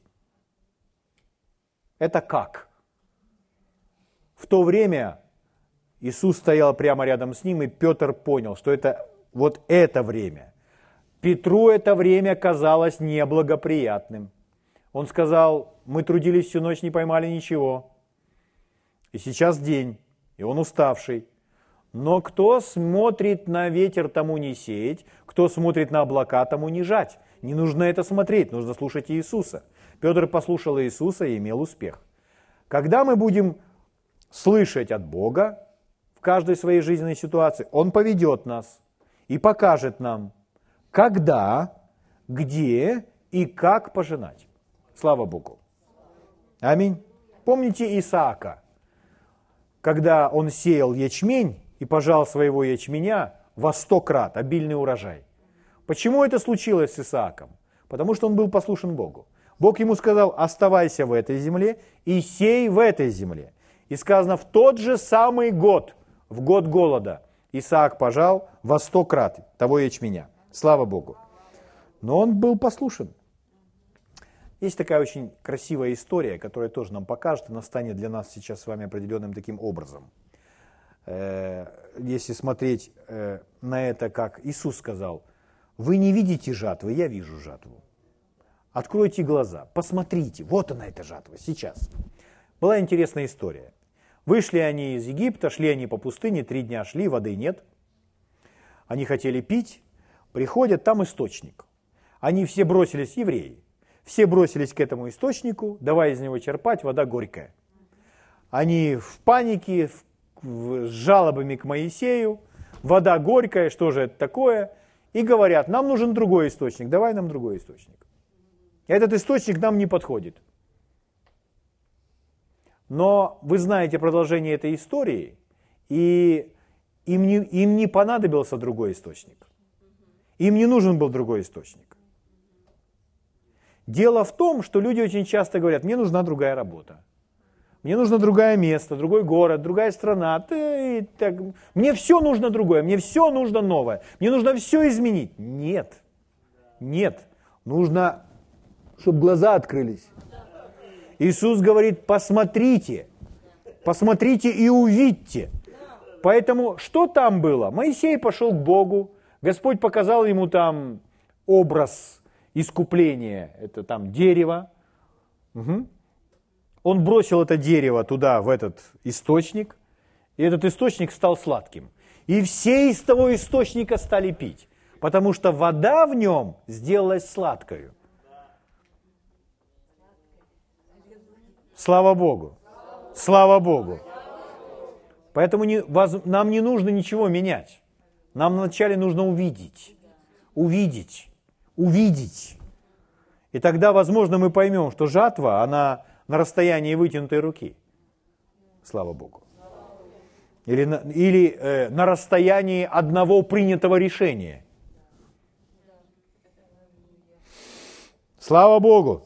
Это как? В то время Иисус стоял прямо рядом с ним, и Петр понял, что это вот это время. Петру это время казалось неблагоприятным. Он сказал, мы трудились всю ночь, не поймали ничего. И сейчас день, и он уставший. Но кто смотрит на ветер, тому не сеять, кто смотрит на облака, тому не жать. Не нужно это смотреть, нужно слушать Иисуса. Петр послушал Иисуса и имел успех. Когда мы будем слышать от Бога в каждой своей жизненной ситуации, Он поведет нас и покажет нам, когда, где и как пожинать. Слава Богу. Аминь. Помните Исаака, когда он сеял ячмень и пожал своего ячменя во 100 крат, обильный урожай. Почему это случилось с Исааком? Потому что он был послушен Богу. Бог ему сказал, оставайся в этой земле и сей в этой земле. И сказано, в тот же самый год, в год голода, Исаак пожал во 100 крат того ячменя. Слава Богу. Но он был послушен. Есть такая очень красивая история, которая тоже нам покажет, она станет для нас сейчас с вами определенным таким образом. Если смотреть на это, как Иисус сказал, вы не видите жатвы, я вижу жатву. Откройте глаза, посмотрите, вот она эта жатва, сейчас. Была интересная история. Вышли они из Египта, шли они по пустыне, 3 дня шли, воды нет. Они хотели пить, приходят, там источник. Они все бросились, евреи, все бросились к этому источнику, давай из него черпать, вода горькая. Они в панике, с жалобами к Моисею, вода горькая, что же это такое? И говорят, нам нужен другой источник, давай нам другой источник. Этот источник нам не подходит. Но вы знаете продолжение этой истории, и им не понадобился другой источник. Им не нужен был другой источник. Дело в том, что люди очень часто говорят, мне нужна другая работа. Мне нужно другое место, другой город, другая страна. Мне все нужно другое, мне все нужно новое. Мне нужно все изменить. Нет. Нужно, чтобы глаза открылись. Иисус говорит, посмотрите и увидьте. Поэтому что там было? Моисей пошел к Богу, Господь показал ему там образ искупления, это там дерево. Угу. Он бросил это дерево туда, в этот источник, и этот источник стал сладким. И все из того источника стали пить. Потому что вода в нем сделалась сладкою. Слава Богу! Слава Богу! Поэтому нам не нужно ничего менять. Нам вначале нужно увидеть. Увидеть. Увидеть. И тогда, возможно, мы поймем, что жатва, она на расстоянии вытянутой руки. Слава Богу. Или на расстоянии одного принятого решения. Слава Богу.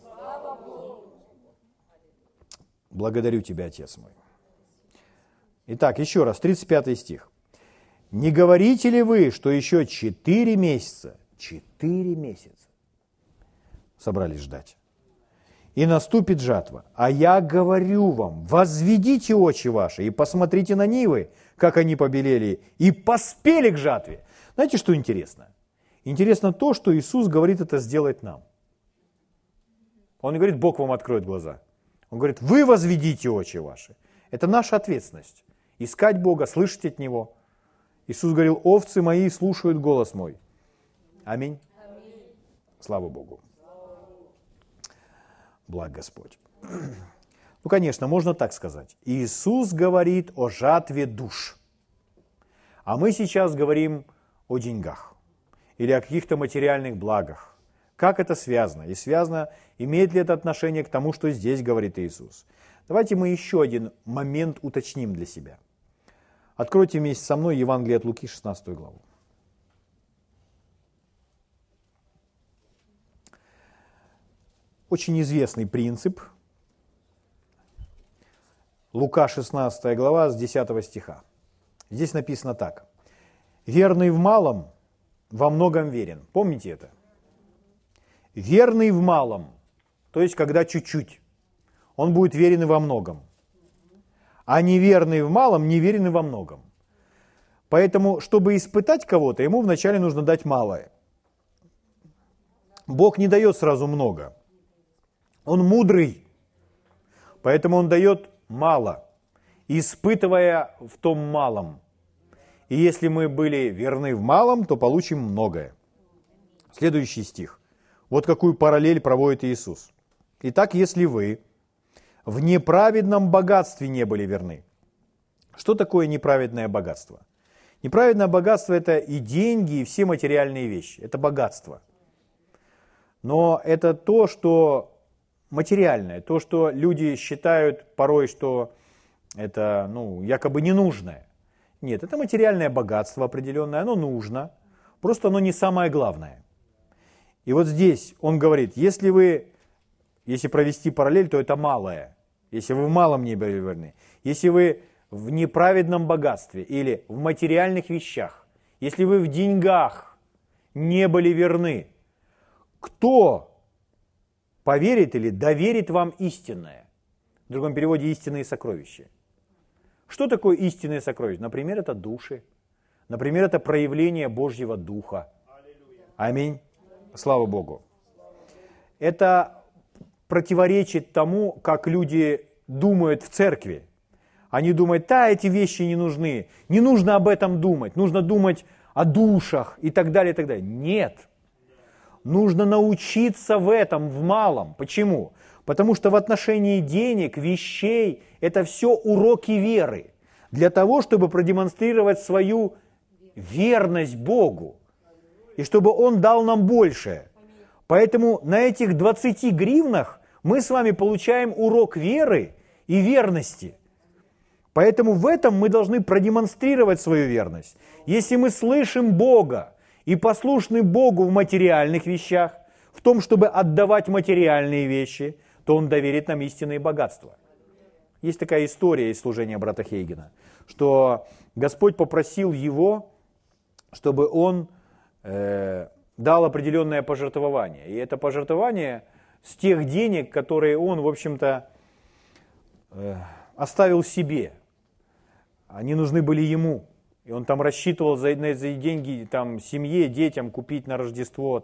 Благодарю Тебя, Отец мой. Итак, еще раз, 35 стих. «Не говорите ли вы, что еще 4 месяца, 4 месяца собрались ждать, и наступит жатва? А я говорю вам, возведите очи ваши и посмотрите на нивы, как они побелели, и поспели к жатве». Знаете, что интересно? Интересно то, что Иисус говорит это сделать нам. Он не говорит, Бог вам откроет глаза. Он говорит, вы возведите очи ваши. Это наша ответственность. Искать Бога, слышать от Него. Иисус говорил, овцы мои слушают голос мой. Аминь. Слава Богу. Благ Господь. Ну, конечно, можно так сказать. Иисус говорит о жатве душ. А мы сейчас говорим о деньгах или о каких-то материальных благах. Как это связано? И связано, имеет ли это отношение к тому, что здесь говорит Иисус? Давайте мы еще один момент уточним для себя. Откройте вместе со мной Евангелие от Луки, 16 главу. Очень известный принцип. Лука, 16 глава, с 10 стиха. Здесь написано так. «Верный в малом, во многом верен». Помните это? Верный в малом, то есть когда чуть-чуть, он будет верен и во многом. А неверный в малом, неверен и во многом. Поэтому, чтобы испытать кого-то, ему вначале нужно дать малое. Бог не дает сразу много. Он мудрый, поэтому он дает мало, испытывая в том малом. И если мы были верны в малом, то получим многое. Следующий стих. Вот какую параллель проводит Иисус. Итак, если вы в неправедном богатстве не были верны. Что такое неправедное богатство? Неправедное богатство – это и деньги, и все материальные вещи. Это богатство. Но это то, что материальное, то, что люди считают порой, что это якобы ненужное. Нет, это материальное богатство определенное, оно нужно, просто оно не самое главное. И вот здесь он говорит, если провести параллель, то это малое. Если вы в малом не были верны. Если вы в неправедном богатстве или в материальных вещах, если вы в деньгах не были верны, кто поверит или доверит вам истинное? В другом переводе истинные сокровища. Что такое истинные сокровища? Например, это души. Например, это проявление Божьего Духа. Аминь. Слава Богу. Это противоречит тому, как люди думают в церкви. Они думают, эти вещи не нужны. Не нужно об этом думать. Нужно думать о душах и так далее, и так далее. Нет. Нужно научиться в этом, в малом. Почему? Потому что в отношении денег, вещей, это все уроки веры. Для того, чтобы продемонстрировать свою верность Богу. И чтобы Он дал нам больше. Поэтому на этих 20 гривнах мы с вами получаем урок веры и верности. Поэтому в этом мы должны продемонстрировать свою верность. Если мы слышим Бога и послушны Богу в материальных вещах, в том, чтобы отдавать материальные вещи, то Он доверит нам истинные богатства. Есть такая история из служения брата Хейгена, что Господь попросил его, чтобы он дал определенное пожертвование. И это пожертвование с тех денег, которые он, в общем-то, оставил себе. Они нужны были ему. И он там рассчитывал за эти деньги семье, детям купить на Рождество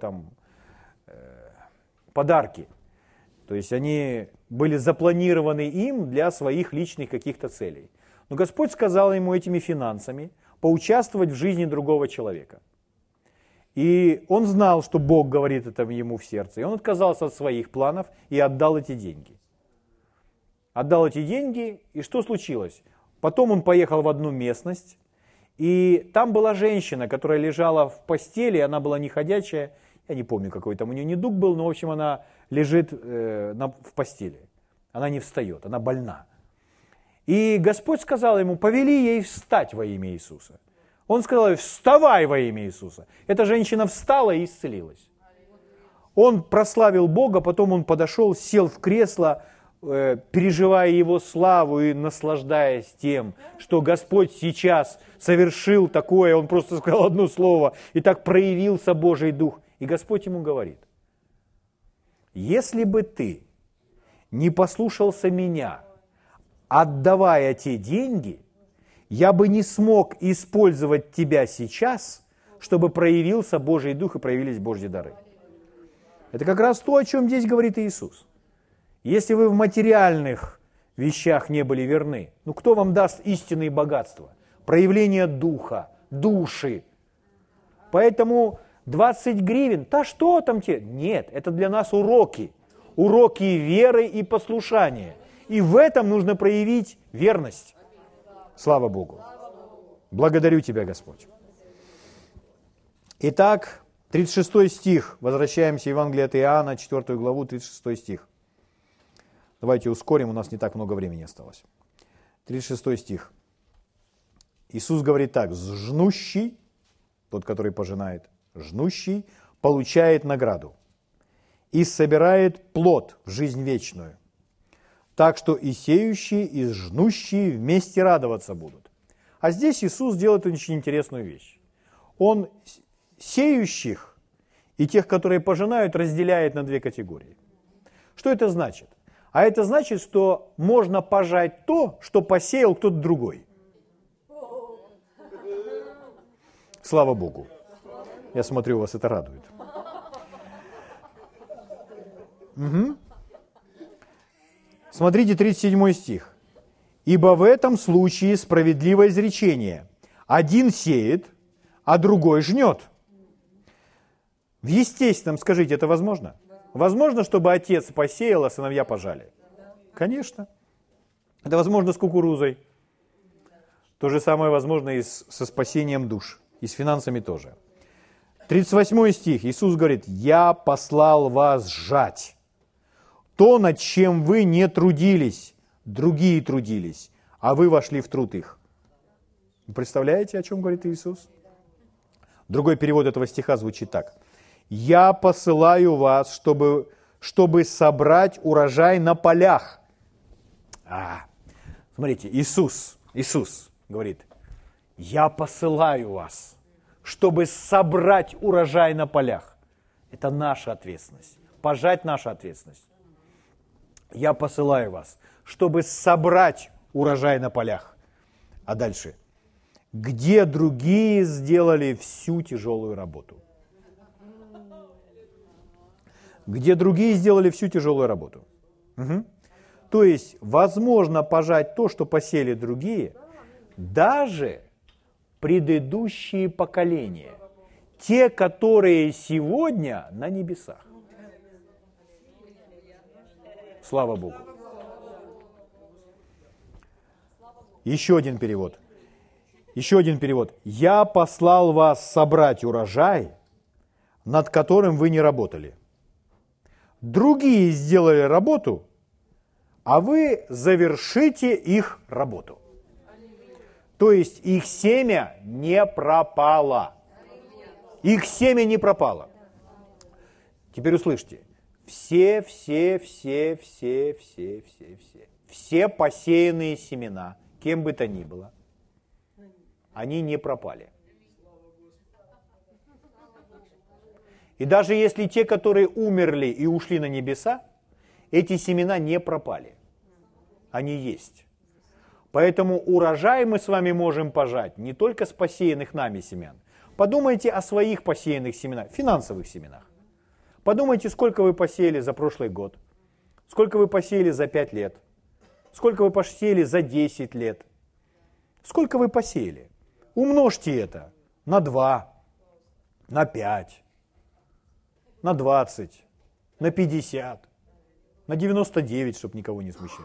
подарки. То есть они были запланированы им для своих личных каких-то целей. Но Господь сказал ему этими финансами поучаствовать в жизни другого человека. И он знал, что Бог говорит это ему в сердце. И он отказался от своих планов и отдал эти деньги. Отдал эти деньги, и что случилось? Потом он поехал в одну местность, и там была женщина, которая лежала в постели, она была неходячая, я не помню, какой там у нее недуг был, но, в общем, она лежит в постели. Она не встает, она больна. И Господь сказал ему: повели ей встать во имя Иисуса. Он сказал ей: вставай во имя Иисуса. Эта женщина встала и исцелилась. Он прославил Бога, потом он подошел, сел в кресло, переживая Его славу и наслаждаясь тем, что Господь сейчас совершил такое. Он просто сказал одно слово, и так проявился Божий Дух. И Господь ему говорит: если бы ты не послушался меня, отдавая те деньги, я бы не смог использовать тебя сейчас, чтобы проявился Божий Дух и проявились Божьи дары. Это как раз то, о чем здесь говорит Иисус. Если вы в материальных вещах не были верны, ну кто вам даст истинные богатства? Проявление Духа, души. Поэтому 20 гривен, да что там те? Нет, это для нас уроки. Уроки веры и послушания. И в этом нужно проявить верность. Слава Богу. Благодарю Тебя, Господь. Итак, 36 стих. Возвращаемся в Евангелие от Иоанна, 4 главу, 36 стих. Давайте ускорим, у нас не так много времени осталось. 36 стих. Иисус говорит так: жнущий, тот, который пожинает, жнущий получает награду и собирает плод в жизнь вечную. Так что и сеющие, и жнущие вместе радоваться будут. А здесь Иисус делает очень интересную вещь. Он сеющих и тех, которые пожинают, разделяет на две категории. Что это значит? А это значит, что можно пожать то, что посеял кто-то другой. Слава Богу. Я смотрю, вас это радует. Угу. Смотрите, 37 стих. «Ибо в этом случае справедливое изречение. Один сеет, а другой жнет». В естественном, скажите, это возможно? Возможно, чтобы отец посеял, а сыновья пожали? Конечно. Это возможно с кукурузой. То же самое возможно и со спасением душ. И с финансами тоже. 38 стих. Иисус говорит: «Я послал вас жать. То, над чем вы не трудились, другие трудились, а вы вошли в труд их». Вы представляете, о чем говорит Иисус? Другой перевод этого стиха звучит так: «Я посылаю вас, чтобы собрать урожай на полях». Смотрите, Иисус говорит: «Я посылаю вас, чтобы собрать урожай на полях». Это наша ответственность. Пожать — наша ответственность. «Я посылаю вас, чтобы собрать урожай на полях». А дальше: «Где другие сделали всю тяжелую работу». Где другие сделали всю тяжелую работу. Угу. То есть, возможно пожать то, что посеяли другие, даже предыдущие поколения, те, которые сегодня на небесах. Слава Богу. Еще один перевод. «Я послал вас собрать урожай, над которым вы не работали. Другие сделали работу, а вы завершите их работу». То есть их семя не пропало. Их семя не пропало. Теперь услышьте. Все посеянные семена, кем бы то ни было, они не пропали. И даже если те, которые умерли и ушли на небеса, эти семена не пропали. Они есть. Поэтому урожай мы с вами можем пожать не только с посеянных нами семян. Подумайте о своих посеянных семенах, финансовых семенах. Подумайте, сколько вы посеяли за прошлый год, сколько вы посеяли за 5 лет, сколько вы посеяли за 10 лет. Сколько вы посеяли? Умножьте это на 2, на 5, на 20, на 50, на 99, чтобы никого не смущать.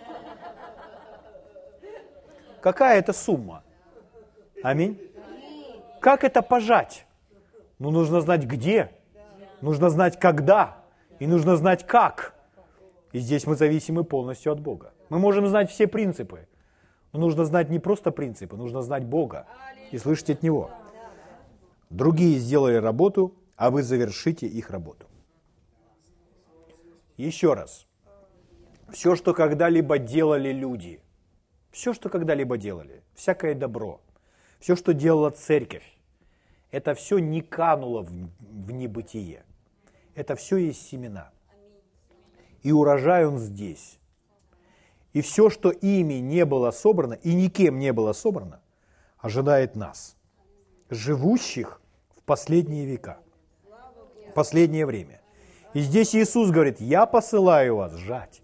Какая это сумма? Аминь. Как это пожать? Ну, нужно знать где, нужно знать когда, и нужно знать как. И здесь мы зависимы полностью от Бога. Мы можем знать все принципы, но нужно знать не просто принципы, нужно знать Бога и слышать от Него. Другие сделали работу, а вы завершите их работу. Еще раз. Все, что когда-либо делали люди, все, что когда-либо делали, всякое добро, все, что делала церковь, это все не кануло в небытие. Это все есть семена. И урожай он здесь. И все, что ими не было собрано, и никем не было собрано, ожидает нас, живущих в последние века, в последнее время. И здесь Иисус говорит: я посылаю вас жать.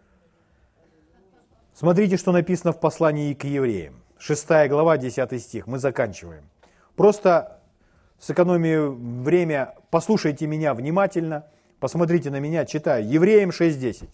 Смотрите, что написано в послании к евреям. 6 глава, 10 стих. Мы заканчиваем. Просто сэкономию время, послушайте меня внимательно, посмотрите на меня, читаю. Евреям 6:10.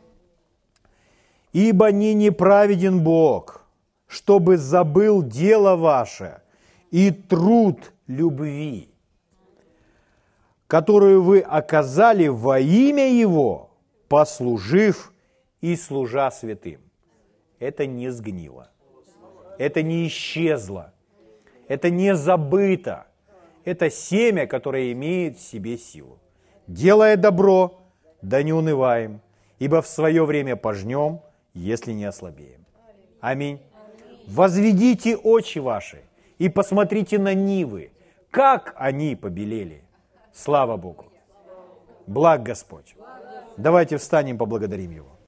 «Ибо не неправеден Бог, чтобы забыл дело ваше и труд любви, которую вы оказали во имя Его, послужив и служа святым». Это не сгнило, это не исчезло, это не забыто. Это семя, которое имеет в себе силу. Делая добро, да не унываем, ибо в свое время пожнем, если не ослабеем. Аминь. Возведите очи ваши и посмотрите на нивы, как они побелели. Слава Богу. Благ Господь. Давайте встанем, поблагодарим Его.